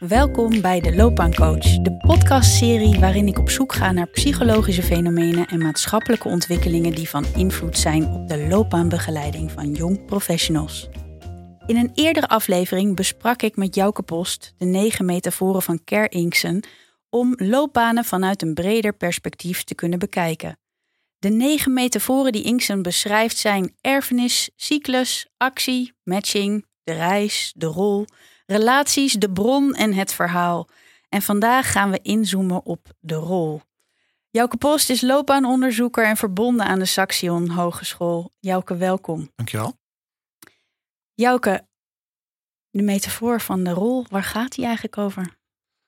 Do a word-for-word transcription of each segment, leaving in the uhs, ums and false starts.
Welkom bij de Loopbaancoach, de podcastserie waarin ik op zoek ga naar psychologische fenomenen en maatschappelijke ontwikkelingen die van invloed zijn op de loopbaanbegeleiding van jong professionals. In een eerdere aflevering besprak ik met Jouke Post de negen metaforen van Ker Inksen om loopbanen vanuit een breder perspectief te kunnen bekijken. De negen metaforen die Inksen beschrijft zijn erfenis, cyclus, actie, matching, de reis, de rol, relaties, de bron en het verhaal. En vandaag gaan we inzoomen op de rol. Jouke Post is loopbaanonderzoeker en verbonden aan de Saxion Hogeschool. Jouke, welkom. Dankjewel. Jouke, de metafoor van de rol, waar gaat die eigenlijk over?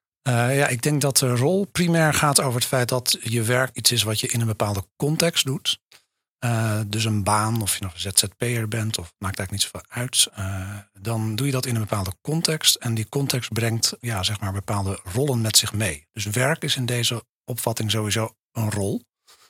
Uh, ja, ik denk dat de rol primair gaat over het feit dat je werk iets is wat je in een bepaalde context doet. Uh, dus een baan, of je nog een Z Z P'er bent, of maakt eigenlijk niet zoveel uit. Uh, dan doe je dat in een bepaalde context. En die context brengt ja, zeg maar bepaalde rollen met zich mee. Dus werk is in deze opvatting sowieso een rol.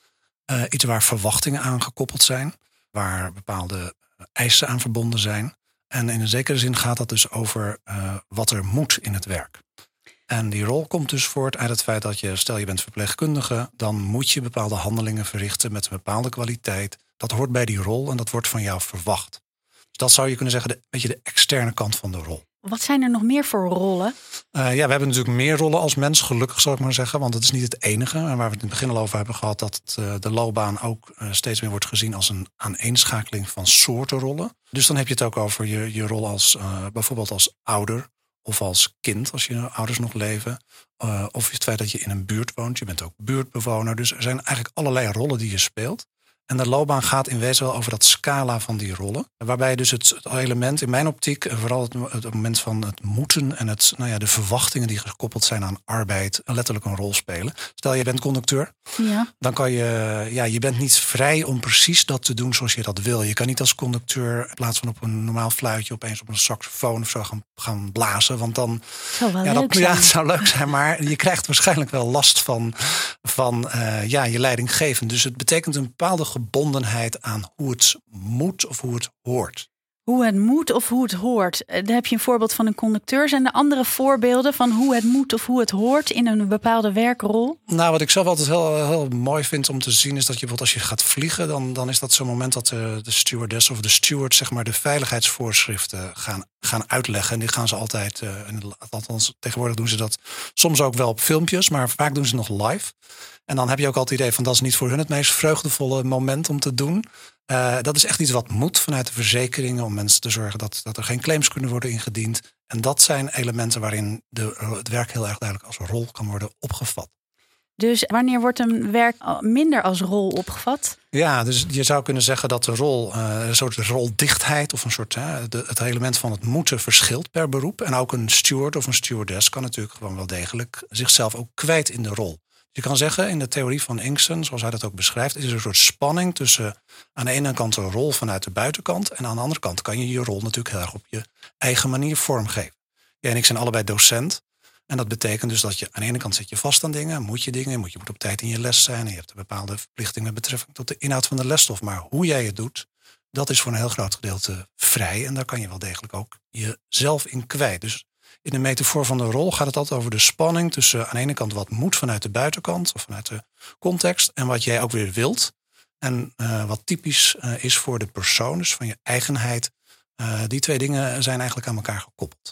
Uh, iets waar verwachtingen aan gekoppeld zijn. Waar bepaalde eisen aan verbonden zijn. En in een zekere zin gaat dat dus over uh, wat er moet in het werk. En die rol komt dus voort uit het feit dat je, stel je bent verpleegkundige, dan moet je bepaalde handelingen verrichten met een bepaalde kwaliteit. Dat hoort bij die rol en dat wordt van jou verwacht. Dus dat zou je kunnen zeggen, de, beetje de externe kant van de rol. Wat zijn er nog meer voor rollen? Uh, ja, we hebben natuurlijk meer rollen als mens, gelukkig zou ik maar zeggen. Want het is niet het enige. En waar we het in het begin al over hebben gehad, dat het, uh, de loopbaan ook uh, steeds meer wordt gezien als een aaneenschakeling van soorten rollen. Dus dan heb je het ook over je, je rol als uh, bijvoorbeeld als ouder. Of als kind, als je ouders nog leven. Uh, of het feit dat je in een buurt woont. Je bent ook buurtbewoner. Dus er zijn eigenlijk allerlei rollen die je speelt. En de loopbaan gaat in wezen wel over dat scala van die rollen. Waarbij dus het, het element in mijn optiek, vooral het, het moment van het moeten en het, nou ja, de verwachtingen die gekoppeld zijn aan arbeid, letterlijk een rol spelen. Stel je bent conducteur, ja. dan kan je, ja, je bent niet vrij om precies dat te doen zoals je dat wil. Je kan niet als conducteur in plaats van op een normaal fluitje opeens op een saxofoon of zo gaan, gaan blazen. Want dan, zou wel ja, leuk dat, zijn. ja, het zou leuk zijn, maar je krijgt waarschijnlijk wel last van, van uh, ja, je leidinggevende. Dus het betekent een bepaalde gebondenheid aan hoe het moet of hoe het hoort. Hoe het moet of hoe het hoort. Daar heb je een voorbeeld van een conducteur. Zijn er andere voorbeelden van hoe het moet of hoe het hoort in een bepaalde werkrol? Nou, wat ik zelf altijd heel, heel mooi vind om te zien is dat je bijvoorbeeld als je gaat vliegen, dan, dan is dat zo'n moment dat de, de stewardess of de steward zeg maar de veiligheidsvoorschriften gaan, gaan uitleggen. En die gaan ze altijd, uh, althans tegenwoordig doen ze dat soms ook wel op filmpjes, maar vaak doen ze nog live. En dan heb je ook altijd het idee van dat is niet voor hun het meest vreugdevolle moment om te doen. Uh, dat is echt iets wat moet vanuit de verzekeringen om mensen te zorgen dat, dat er geen claims kunnen worden ingediend. En dat zijn elementen waarin de, het werk heel erg duidelijk als rol kan worden opgevat. Dus wanneer wordt een werk minder als rol opgevat? Ja, dus je zou kunnen zeggen dat de rol, uh, een soort roldichtheid of een soort uh, de, het element van het moeten verschilt per beroep. En ook een steward of een stewardess kan natuurlijk gewoon wel degelijk zichzelf ook kwijt in de rol. Je kan zeggen, in de theorie van Inksen, zoals hij dat ook beschrijft, is er een soort spanning tussen aan de ene kant een rol vanuit de buitenkant en aan de andere kant kan je je rol natuurlijk heel erg op je eigen manier vormgeven. Jij en ik zijn allebei docent en dat betekent dus dat je aan de ene kant zit je vast aan dingen, moet je dingen, moet je moet op tijd in je les zijn en je hebt een bepaalde verplichting met betrekking tot de inhoud van de lesstof. Maar hoe jij het doet, dat is voor een heel groot gedeelte vrij en daar kan je wel degelijk ook jezelf in kwijt. Dus in de metafoor van de rol gaat het altijd over de spanning tussen aan de ene kant wat moet vanuit de buitenkant of vanuit de context en wat jij ook weer wilt. En uh, wat typisch uh, is voor de persoon, dus van je eigenheid. Uh, die twee dingen zijn eigenlijk aan elkaar gekoppeld.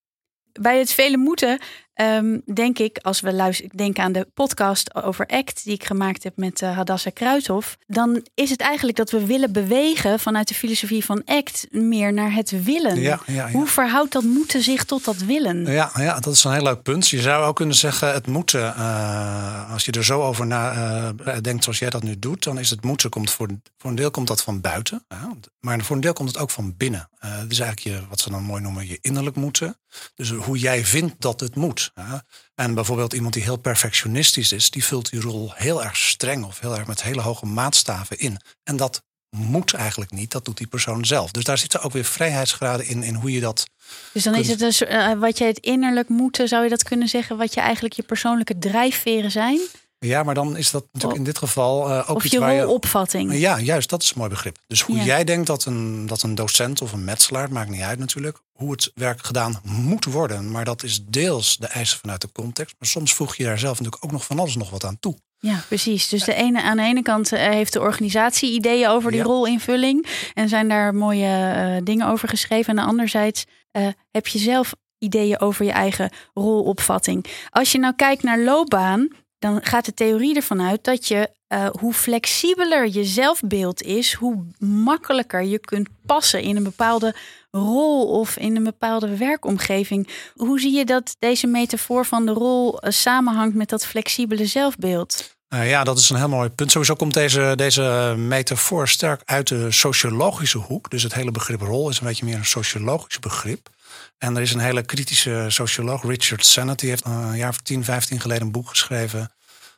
Bij het vele moeten um, denk ik, als we luisteren, ik denk aan de podcast over ACT die ik gemaakt heb met uh, Hadassa Kruithof. Dan is het eigenlijk dat we willen bewegen vanuit de filosofie van ACT meer naar het willen. Ja, ja, ja. Hoe verhoudt dat moeten zich tot dat willen? Ja, ja, dat is een heel leuk punt. Je zou ook kunnen zeggen het moeten, uh, als je er zo over na, uh, denkt zoals jij dat nu doet, dan is het moeten, komt voor, voor een deel komt dat van buiten. Ja, maar voor een deel komt het ook van binnen. Uh, dat is eigenlijk je, wat ze dan mooi noemen, je innerlijk moeten. Dus hoe jij vindt dat het moet. Ja. En bijvoorbeeld iemand die heel perfectionistisch is, die vult die rol heel erg streng of heel erg met hele hoge maatstaven in. En dat moet eigenlijk niet, dat doet die persoon zelf. Dus daar zitten ook weer vrijheidsgraden in, in hoe je dat. Dus dan kunt... is het dus uh, wat je het innerlijk moeten, zou je dat kunnen zeggen, wat je eigenlijk je persoonlijke drijfveren zijn? Ja, maar dan is dat natuurlijk in dit geval uh, ook of iets je waar je... rolopvatting. Ja, juist, dat is een mooi begrip. Dus hoe Ja. jij denkt dat een, dat een docent of een metselaar, het maakt niet uit natuurlijk, hoe het werk gedaan moet worden. Maar dat is deels de eisen vanuit de context. Maar soms voeg je daar zelf natuurlijk ook nog van alles nog wat aan toe. Ja, precies. Dus de ene, aan de ene kant uh, heeft de organisatie ideeën over die ja. rolinvulling. En zijn daar mooie uh, dingen over geschreven. En anderzijds uh, heb je zelf ideeën over je eigen rolopvatting. Als je nou kijkt naar loopbaan, dan gaat de theorie ervan uit dat je, uh, hoe flexibeler je zelfbeeld is, hoe makkelijker je kunt passen in een bepaalde rol of in een bepaalde werkomgeving. Hoe zie je dat deze metafoor van de rol uh, samenhangt met dat flexibele zelfbeeld? Uh, ja, dat is een heel mooi punt. Sowieso komt deze, deze metafoor sterk uit de sociologische hoek. Dus het hele begrip rol is een beetje meer een sociologisch begrip. En er is een hele kritische socioloog, Richard Sennett, die heeft een jaar of tien, vijftien geleden een boek geschreven.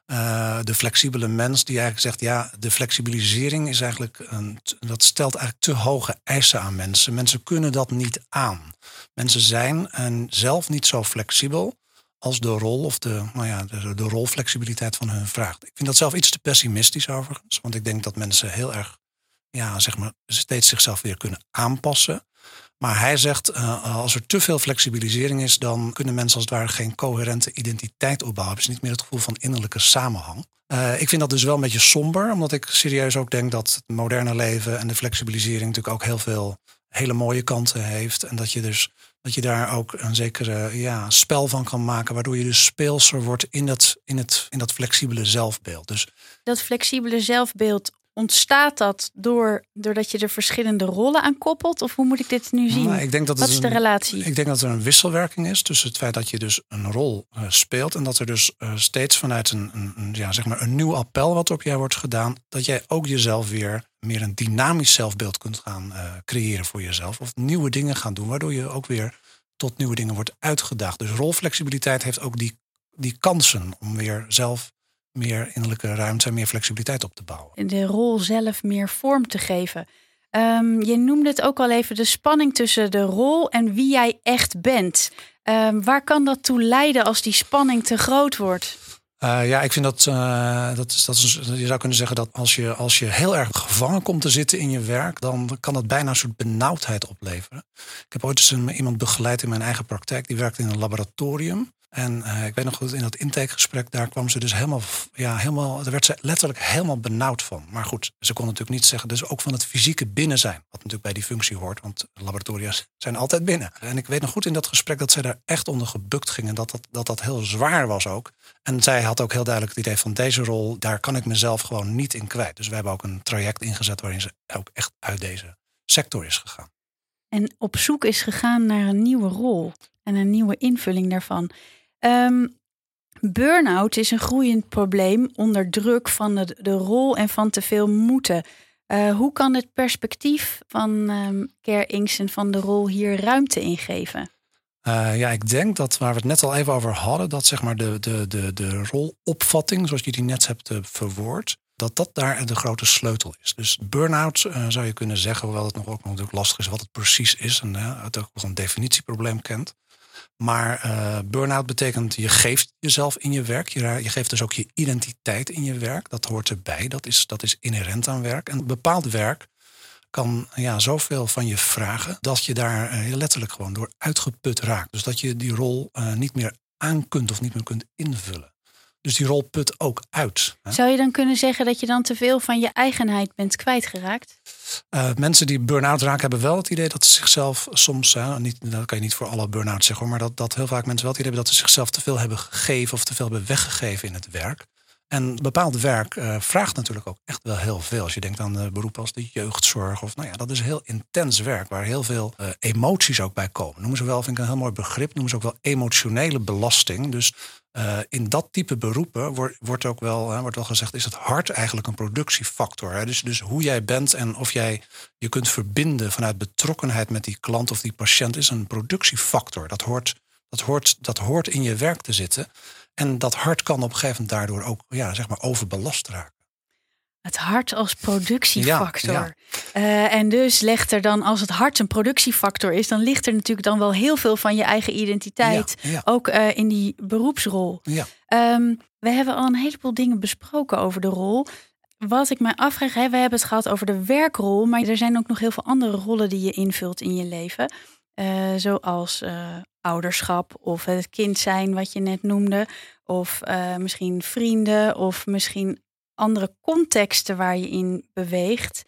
Uh, de flexibele mens, die eigenlijk zegt, ja, de flexibilisering is eigenlijk een, dat stelt eigenlijk te hoge eisen aan mensen. Mensen kunnen dat niet aan. Mensen zijn en zelf niet zo flexibel als de rol of de, nou ja, de, de rolflexibiliteit van hun vraagt. Ik vind dat zelf iets te pessimistisch overigens, want ik denk dat mensen heel erg, ja, zeg maar, steeds zichzelf weer kunnen aanpassen. Maar hij zegt, uh, als er te veel flexibilisering is, dan kunnen mensen als het ware geen coherente identiteit opbouwen. Hebben ze niet meer het gevoel van innerlijke samenhang. Uh, ik vind dat dus wel een beetje somber, omdat ik serieus ook denk dat het moderne leven en de flexibilisering natuurlijk ook heel veel hele mooie kanten heeft. En dat je dus dat je daar ook een zekere ja, spel van kan maken, waardoor je dus speelser wordt in dat, in het, in dat flexibele zelfbeeld. Dus dat flexibele zelfbeeld, ontstaat dat door, doordat je er verschillende rollen aan koppelt? Of hoe moet ik dit nu zien? Nou, ik denk dat Wat het is de een, relatie? Ik denk dat er een wisselwerking is tussen het feit dat je dus een rol uh, speelt en dat er dus uh, steeds vanuit een, een, een, ja, zeg maar een nieuw appel wat op jij wordt gedaan, dat jij ook jezelf weer meer een dynamisch zelfbeeld kunt gaan uh, creëren voor jezelf. Of nieuwe dingen gaan doen, waardoor je ook weer tot nieuwe dingen wordt uitgedaagd. Dus rolflexibiliteit heeft ook die, die kansen om weer zelf meer innerlijke ruimte en meer flexibiliteit op te bouwen. De rol zelf meer vorm te geven. Um, je noemde het ook al even, de spanning tussen de rol en wie jij echt bent. Um, waar kan dat toe leiden als die spanning te groot wordt? Uh, ja, ik vind dat, uh, dat, is, dat is, je zou kunnen zeggen dat als je, als je heel erg gevangen komt te zitten in je werk, dan kan dat bijna een soort benauwdheid opleveren. Ik heb ooit eens een, iemand begeleid in mijn eigen praktijk, die werkte in een laboratorium. En uh, ik weet nog goed, in dat intakegesprek, daar kwam ze dus helemaal, ja, helemaal, daar werd ze letterlijk helemaal benauwd van. Maar goed, ze kon natuurlijk niet zeggen, dus ook van het fysieke binnen zijn, wat natuurlijk bij die functie hoort, want laboratoria zijn altijd binnen. En ik weet nog goed in dat gesprek dat zij daar echt onder gebukt ging en dat dat, dat dat heel zwaar was ook. En zij had ook heel duidelijk het idee van deze rol, daar kan ik mezelf gewoon niet in kwijt. Dus we hebben ook een traject ingezet waarin ze ook echt uit deze sector is gegaan. En op zoek is gegaan naar een nieuwe rol en een nieuwe invulling daarvan. Um, burn-out is een groeiend probleem onder druk van de, de rol en van te veel moeten. Uh, hoe kan het perspectief van um, Care Inks en van de rol hier ruimte ingeven? Uh, ja, ik denk dat waar we het net al even over hadden, dat zeg maar de, de, de, de rolopvatting, zoals je die net hebt uh, verwoord, dat dat daar de grote sleutel is. Dus burn-out uh, zou je kunnen zeggen, hoewel het nog ook natuurlijk lastig is wat het precies is en uh, het ook wel een definitieprobleem kent. Maar uh, burn-out betekent je geeft jezelf in je werk. Je, je geeft dus ook je identiteit in je werk. Dat hoort erbij. Dat is, dat is inherent aan werk. En bepaald werk kan ja, zoveel van je vragen dat je daar uh, letterlijk gewoon door uitgeput raakt. Dus dat je die rol uh, niet meer aan kunt of niet meer kunt invullen. Dus die rol put ook uit. Hè? Zou je dan kunnen zeggen dat je dan te veel van je eigenheid bent kwijtgeraakt? Uh, mensen die burn-out raken hebben wel het idee dat ze zichzelf soms, hè, niet, dat kan je niet voor alle burn-out zeggen hoor, maar dat, dat heel vaak mensen wel het idee hebben dat ze zichzelf te veel hebben gegeven of te veel hebben weggegeven in het werk. En bepaald werk uh, vraagt natuurlijk ook echt wel heel veel. Als je denkt aan de beroepen als de jeugdzorg. Of, nou ja, dat is heel intens werk waar heel veel uh, emoties ook bij komen. Noemen ze wel, vind ik een heel mooi begrip, noemen ze ook wel emotionele belasting. Dus uh, in dat type beroepen wordt, wordt ook wel, uh, wordt wel gezegd, is het hart eigenlijk een productiefactor. Hè? Dus, dus hoe jij bent en of jij je kunt verbinden vanuit betrokkenheid met die klant of die patiënt is een productiefactor. Dat hoort, dat hoort, dat hoort in je werk te zitten. En dat hart kan op een gegeven moment daardoor ook ja, zeg maar overbelast raken. Het hart als productiefactor. Ja, ja. Uh, en dus legt er dan, als het hart een productiefactor is, dan ligt er natuurlijk dan wel heel veel van je eigen identiteit. Ja, ja. Ook uh, in die beroepsrol. Ja. Um, we hebben al een heleboel dingen besproken over de rol. Wat ik mij afvraag, hè, we hebben het gehad over de werkrol, maar er zijn ook nog heel veel andere rollen die je invult in je leven. Uh, zoals uh, ouderschap of het kind zijn wat je net noemde. Of uh, misschien vrienden of misschien andere contexten waar je in beweegt.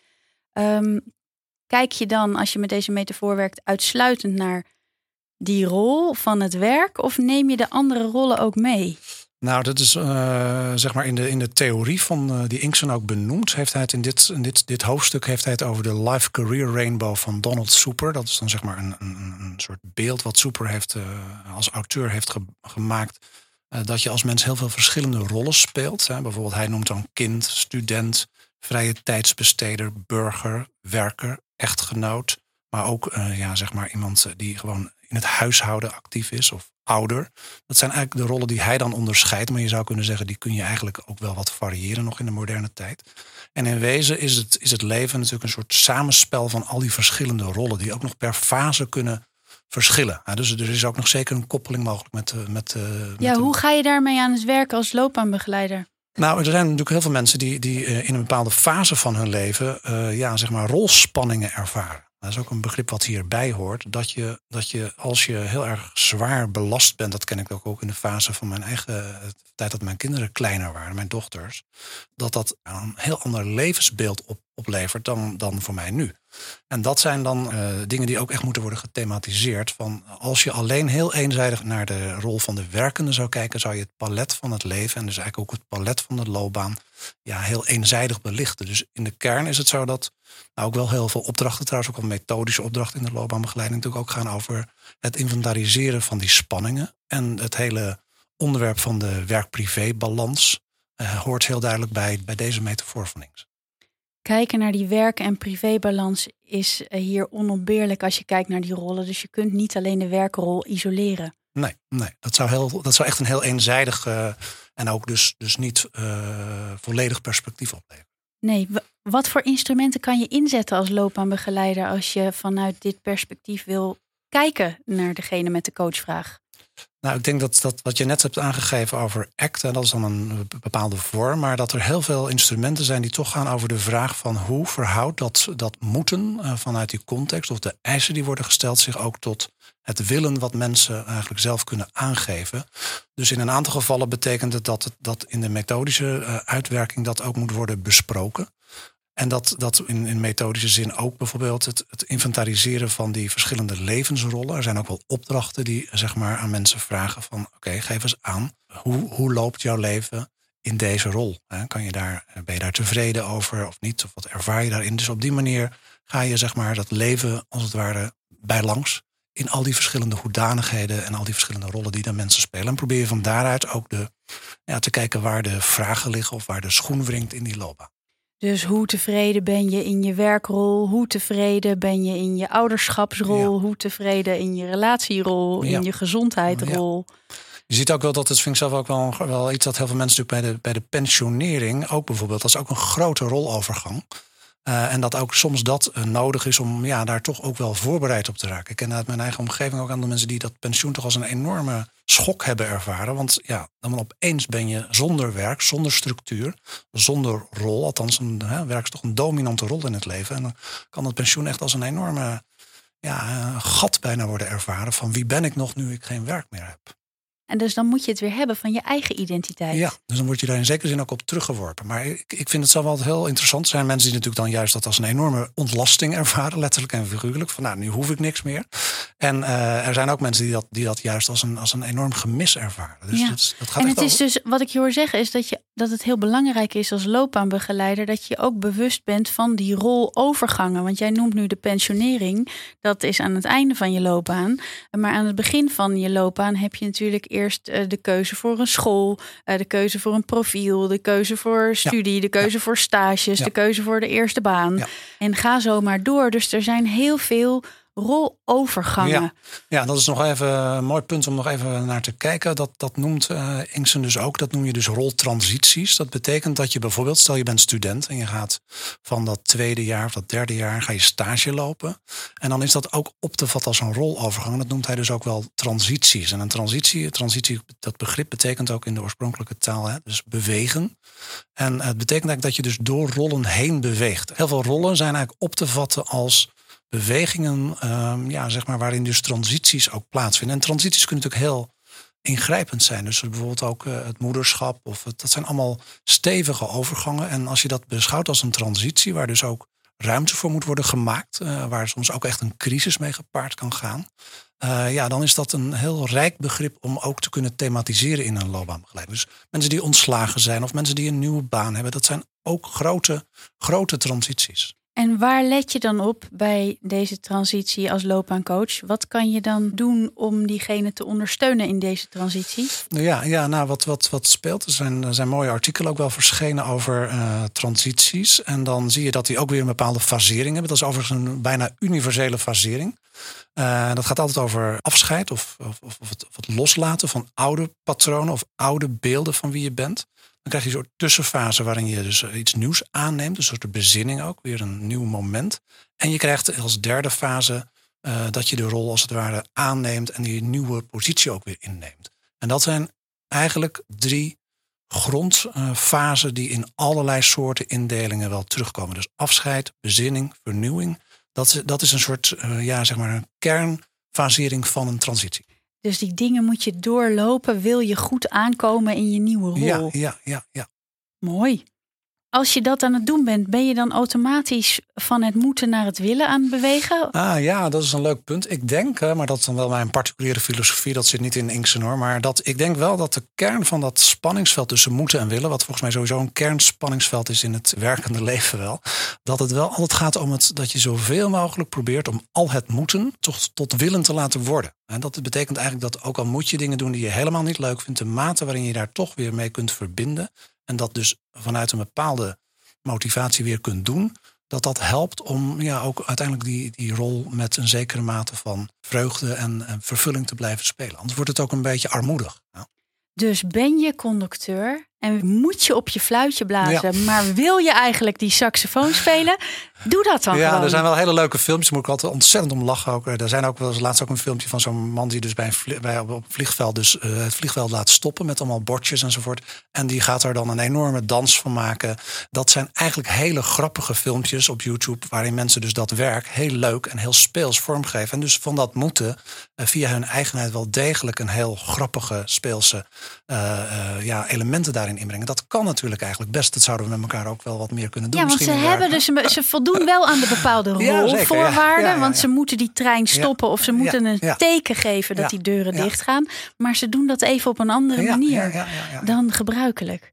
Um, kijk je dan, als je met deze metafoor werkt, uitsluitend naar die rol van het werk? Of neem je de andere rollen ook mee? Nou, dat is uh, zeg maar in de, in de theorie van uh, die Inkson ook benoemd. Heeft hij het in dit, in dit, dit hoofdstuk heeft hij het over de Life Career Rainbow van Donald Super. Dat is dan zeg maar een, een, een soort beeld wat Super heeft, uh, als auteur heeft ge, gemaakt. Uh, dat je als mens heel veel verschillende rollen speelt. Hè. Bijvoorbeeld hij noemt dan kind, student, vrije tijdsbesteder, burger, werker, echtgenoot. Maar ook uh, ja, zeg maar iemand die gewoon in het huishouden actief is of ouder. Dat zijn eigenlijk de rollen die hij dan onderscheidt. Maar je zou kunnen zeggen, die kun je eigenlijk ook wel wat variëren nog in de moderne tijd. En in wezen is het, is het leven natuurlijk een soort samenspel van al die verschillende rollen. Die ook nog per fase kunnen verschillen. Ja, dus er is ook nog zeker een koppeling mogelijk met... met, met ja, de... hoe ga je daarmee aan het werk als loopbaanbegeleider? Nou, er zijn natuurlijk heel veel mensen die, die uh, in een bepaalde fase van hun leven uh, ja, zeg maar rolspanningen ervaren. Dat is ook een begrip wat hierbij hoort. Dat je, dat je als je heel erg zwaar belast bent, dat ken ik ook, ook in de fase van mijn eigen de tijd dat mijn kinderen kleiner waren, mijn dochters, dat dat een heel ander levensbeeld op, oplevert dan, dan voor mij nu. En dat zijn dan uh, dingen die ook echt moeten worden gethematiseerd. Van als je alleen heel eenzijdig naar de rol van de werkende zou kijken, zou je het palet van het leven en dus eigenlijk ook het palet van de loopbaan ja, heel eenzijdig belichten. Dus in de kern is het zo dat nou, ook wel heel veel opdrachten, trouwens ook wel methodische opdrachten in de loopbaanbegeleiding natuurlijk ook gaan over het inventariseren van die spanningen. En het hele onderwerp van de werk-privé-balans uh, hoort heel duidelijk bij, bij deze metafoor van Inkson. Kijken naar die werk- en privébalans is hier onontbeerlijk als je kijkt naar die rollen. Dus je kunt niet alleen de werkrol isoleren. Nee, nee. Dat, zou heel, dat zou echt een heel eenzijdig uh, en ook dus, dus niet uh, volledig perspectief opleveren. Nee, w- wat voor instrumenten kan je inzetten als loopbaanbegeleider als je vanuit dit perspectief wil kijken naar degene met de coachvraag? Nou, ik denk dat, dat wat je net hebt aangegeven over ACT, dat is dan een bepaalde vorm, maar dat er heel veel instrumenten zijn die toch gaan over de vraag van hoe verhoudt dat, dat moeten uh, vanuit die context of de eisen die worden gesteld zich ook tot het willen wat mensen eigenlijk zelf kunnen aangeven. Dus in een aantal gevallen betekent het dat, het, dat in de methodische uh, uitwerking dat ook moet worden besproken. En dat, dat in, in methodische zin ook bijvoorbeeld het, het inventariseren van die verschillende levensrollen. Er zijn ook wel opdrachten die zeg maar aan mensen vragen van oké, okay, geef eens aan. Hoe, hoe loopt jouw leven in deze rol? Kan je daar, ben je daar tevreden over of niet? Of wat ervaar je daarin? Dus op die manier ga je zeg maar dat leven als het ware bijlangs in al die verschillende hoedanigheden en al die verschillende rollen die de mensen spelen. En probeer je van daaruit ook de, ja, te kijken waar de vragen liggen of waar de schoen wringt in die loopbaan. Dus hoe tevreden ben je in je werkrol? Hoe tevreden ben je in je ouderschapsrol? Ja. Hoe tevreden in je relatierol? Ja. In je gezondheidsrol? Ja. Je ziet ook wel dat, het vind ik zelf ook wel, wel iets dat heel veel mensen natuurlijk bij de, bij de pensionering ook bijvoorbeeld, dat is ook een grote rolovergang. Uh, en dat ook soms dat uh, nodig is om ja, daar toch ook wel voorbereid op te raken. Ik ken uit mijn eigen omgeving ook een aantal mensen die dat pensioen toch als een enorme schok hebben ervaren. Want ja, dan opeens ben je zonder werk, zonder structuur, zonder rol. Althans, een, hè, werk is toch een dominante rol in het leven. En dan kan het pensioen echt als een enorme ja, gat bijna worden ervaren van wie ben ik nog nu ik geen werk meer heb. En dus dan moet je het weer hebben van je eigen identiteit. Ja, dus dan word je daar in zekere zin ook op teruggeworpen. Maar ik, ik vind het zelf altijd heel interessant. Er zijn mensen die natuurlijk dan juist dat als een enorme ontlasting ervaren. Letterlijk en figuurlijk. Van nou, nu hoef ik niks meer. En uh, er zijn ook mensen die dat, die dat juist als een, als een enorm gemis ervaren. Dus ja. dat, dat gaat en echt het is over. dus, wat ik je hoor zeggen, is dat, je, dat het heel belangrijk is als loopbaanbegeleider dat je ook bewust bent van die rolovergangen. Want jij noemt nu de pensionering. Dat is aan het einde van je loopbaan. Maar aan het begin van je loopbaan heb je natuurlijk eerst uh, de keuze voor een school, uh, de keuze voor een profiel, de keuze voor studie, ja. de keuze ja. voor stages, ja. de keuze voor de eerste baan. Ja. En ga zo maar door. Dus er zijn heel veel rolovergangen. Ja. ja, dat is nog even een mooi punt om nog even naar te kijken. Dat, dat noemt uh, Inksen dus ook. Dat noem je dus roltransities. Dat betekent dat je bijvoorbeeld, stel je bent student en je gaat van dat tweede jaar of dat derde jaar ga je stage lopen. En dan is dat ook op te vatten als een rolovergang. Dat noemt hij dus ook wel transities. En een transitie, transitie dat begrip betekent ook in de oorspronkelijke taal, hè, dus bewegen. En het betekent eigenlijk dat je dus door rollen heen beweegt. Heel veel rollen zijn eigenlijk op te vatten als bewegingen, um, ja, zeg maar, waarin dus transities ook plaatsvinden. En transities kunnen natuurlijk heel ingrijpend zijn. Dus bijvoorbeeld ook uh, het moederschap. Of het, dat zijn allemaal stevige overgangen. En als je dat beschouwt als een transitie, waar dus ook ruimte voor moet worden gemaakt, uh, waar soms ook echt een crisis mee gepaard kan gaan. Uh, ja, dan is dat een heel rijk begrip om ook te kunnen thematiseren in een loopbaanbegeleiding. Dus mensen die ontslagen zijn of mensen die een nieuwe baan hebben, dat zijn ook grote, grote transities. En waar let je dan op bij deze transitie als loopbaancoach? Wat kan je dan doen om diegene te ondersteunen in deze transitie? Ja, ja nou wat, wat, wat speelt. Er zijn, er zijn mooie artikelen ook wel verschenen over uh, transities. En dan zie je dat die ook weer een bepaalde fasering hebben. Dat is overigens een bijna universele fasering. Uh, dat gaat altijd over afscheid of, of, of, het, of het loslaten van oude patronen of oude beelden van wie je bent. Dan krijg je een soort tussenfase waarin je dus iets nieuws aanneemt. Een soort bezinning ook, weer een nieuw moment. En je krijgt als derde fase uh, dat je de rol als het ware aanneemt en die nieuwe positie ook weer inneemt. En dat zijn eigenlijk drie grondfasen die in allerlei soorten indelingen wel terugkomen. Dus afscheid, bezinning, vernieuwing. Dat is, dat is een soort, uh, ja, zeg maar een kernfasering van een transitie. Dus die dingen moet je doorlopen, wil je goed aankomen in je nieuwe rol. Ja, ja, ja, ja. Mooi. Als je dat aan het doen bent, ben je dan automatisch van het moeten naar het willen aan het bewegen? Ah ja, dat is een leuk punt. Ik denk, maar dat is dan wel mijn particuliere filosofie, dat zit niet in Inksen hoor. Maar dat, ik denk wel dat de kern van dat spanningsveld tussen moeten en willen, wat volgens mij sowieso een kernspanningsveld is in het werkende leven wel, dat het wel altijd gaat om het dat je zoveel mogelijk probeert om al het moeten tot, tot willen te laten worden. En dat betekent eigenlijk dat ook al moet je dingen doen die je helemaal niet leuk vindt, de mate waarin je daar toch weer mee kunt verbinden. En dat dus vanuit een bepaalde motivatie weer kunt doen. Dat dat helpt om ja, ook uiteindelijk die, die rol met een zekere mate van vreugde en, en vervulling te blijven spelen. Anders wordt het ook een beetje armoedig. Nou. Dus ben je conducteur en moet je op je fluitje blazen, ja. maar wil je eigenlijk die saxofoon spelen? Doe dat dan ja, gewoon. Er zijn wel hele leuke filmpjes, daar moet ik altijd ontzettend om lachen. Ook. Er zijn ook wel eens laatst ook een filmpje van zo'n man die dus bij een vlie- bij, op een vliegveld dus, uh, het vliegveld laat stoppen met allemaal bordjes enzovoort. En die gaat er dan een enorme dans van maken. Dat zijn eigenlijk hele grappige filmpjes op YouTube, waarin mensen dus dat werk heel leuk en heel speels vormgeven. En dus van dat moeten uh, via hun eigenheid wel degelijk een heel grappige, speelse uh, uh, ja, elementen daarin inbrengen. Dat kan natuurlijk eigenlijk best. Dat zouden we met elkaar ook wel wat meer kunnen doen. Ja, want ze hebben dus een, ze voldoen wel aan de bepaalde rolvoorwaarden. Ja, ja, ja, ja. Want ze moeten die trein stoppen ja, of ze moeten ja, een ja. teken geven dat ja, die deuren ja. dicht gaan. Maar ze doen dat even op een andere ja, manier ja, ja, ja, ja, ja. dan gebruikelijk.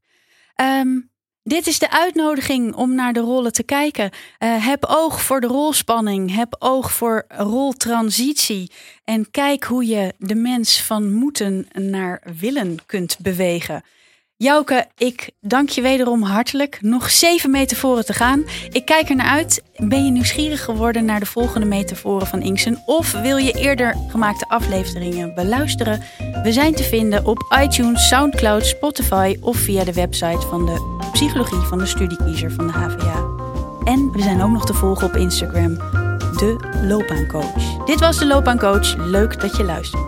Um, dit is de uitnodiging om naar de rollen te kijken. Uh, heb oog voor de rolspanning. Heb oog voor roltransitie. En kijk hoe je de mens van moeten naar willen kunt bewegen. Jouke, ik dank je wederom hartelijk. Nog zeven metaforen te gaan. Ik kijk er naar uit. Ben je nieuwsgierig geworden naar de volgende metaforen van Inksen? Of wil je eerder gemaakte afleveringen beluisteren? We zijn te vinden op iTunes, Soundcloud, Spotify of via de website van de Psychologie van de Studiekiezer van de H V A. En we zijn ook nog te volgen op Instagram, de Loopbaancoach. Dit was de Loopbaancoach. Leuk dat je luistert.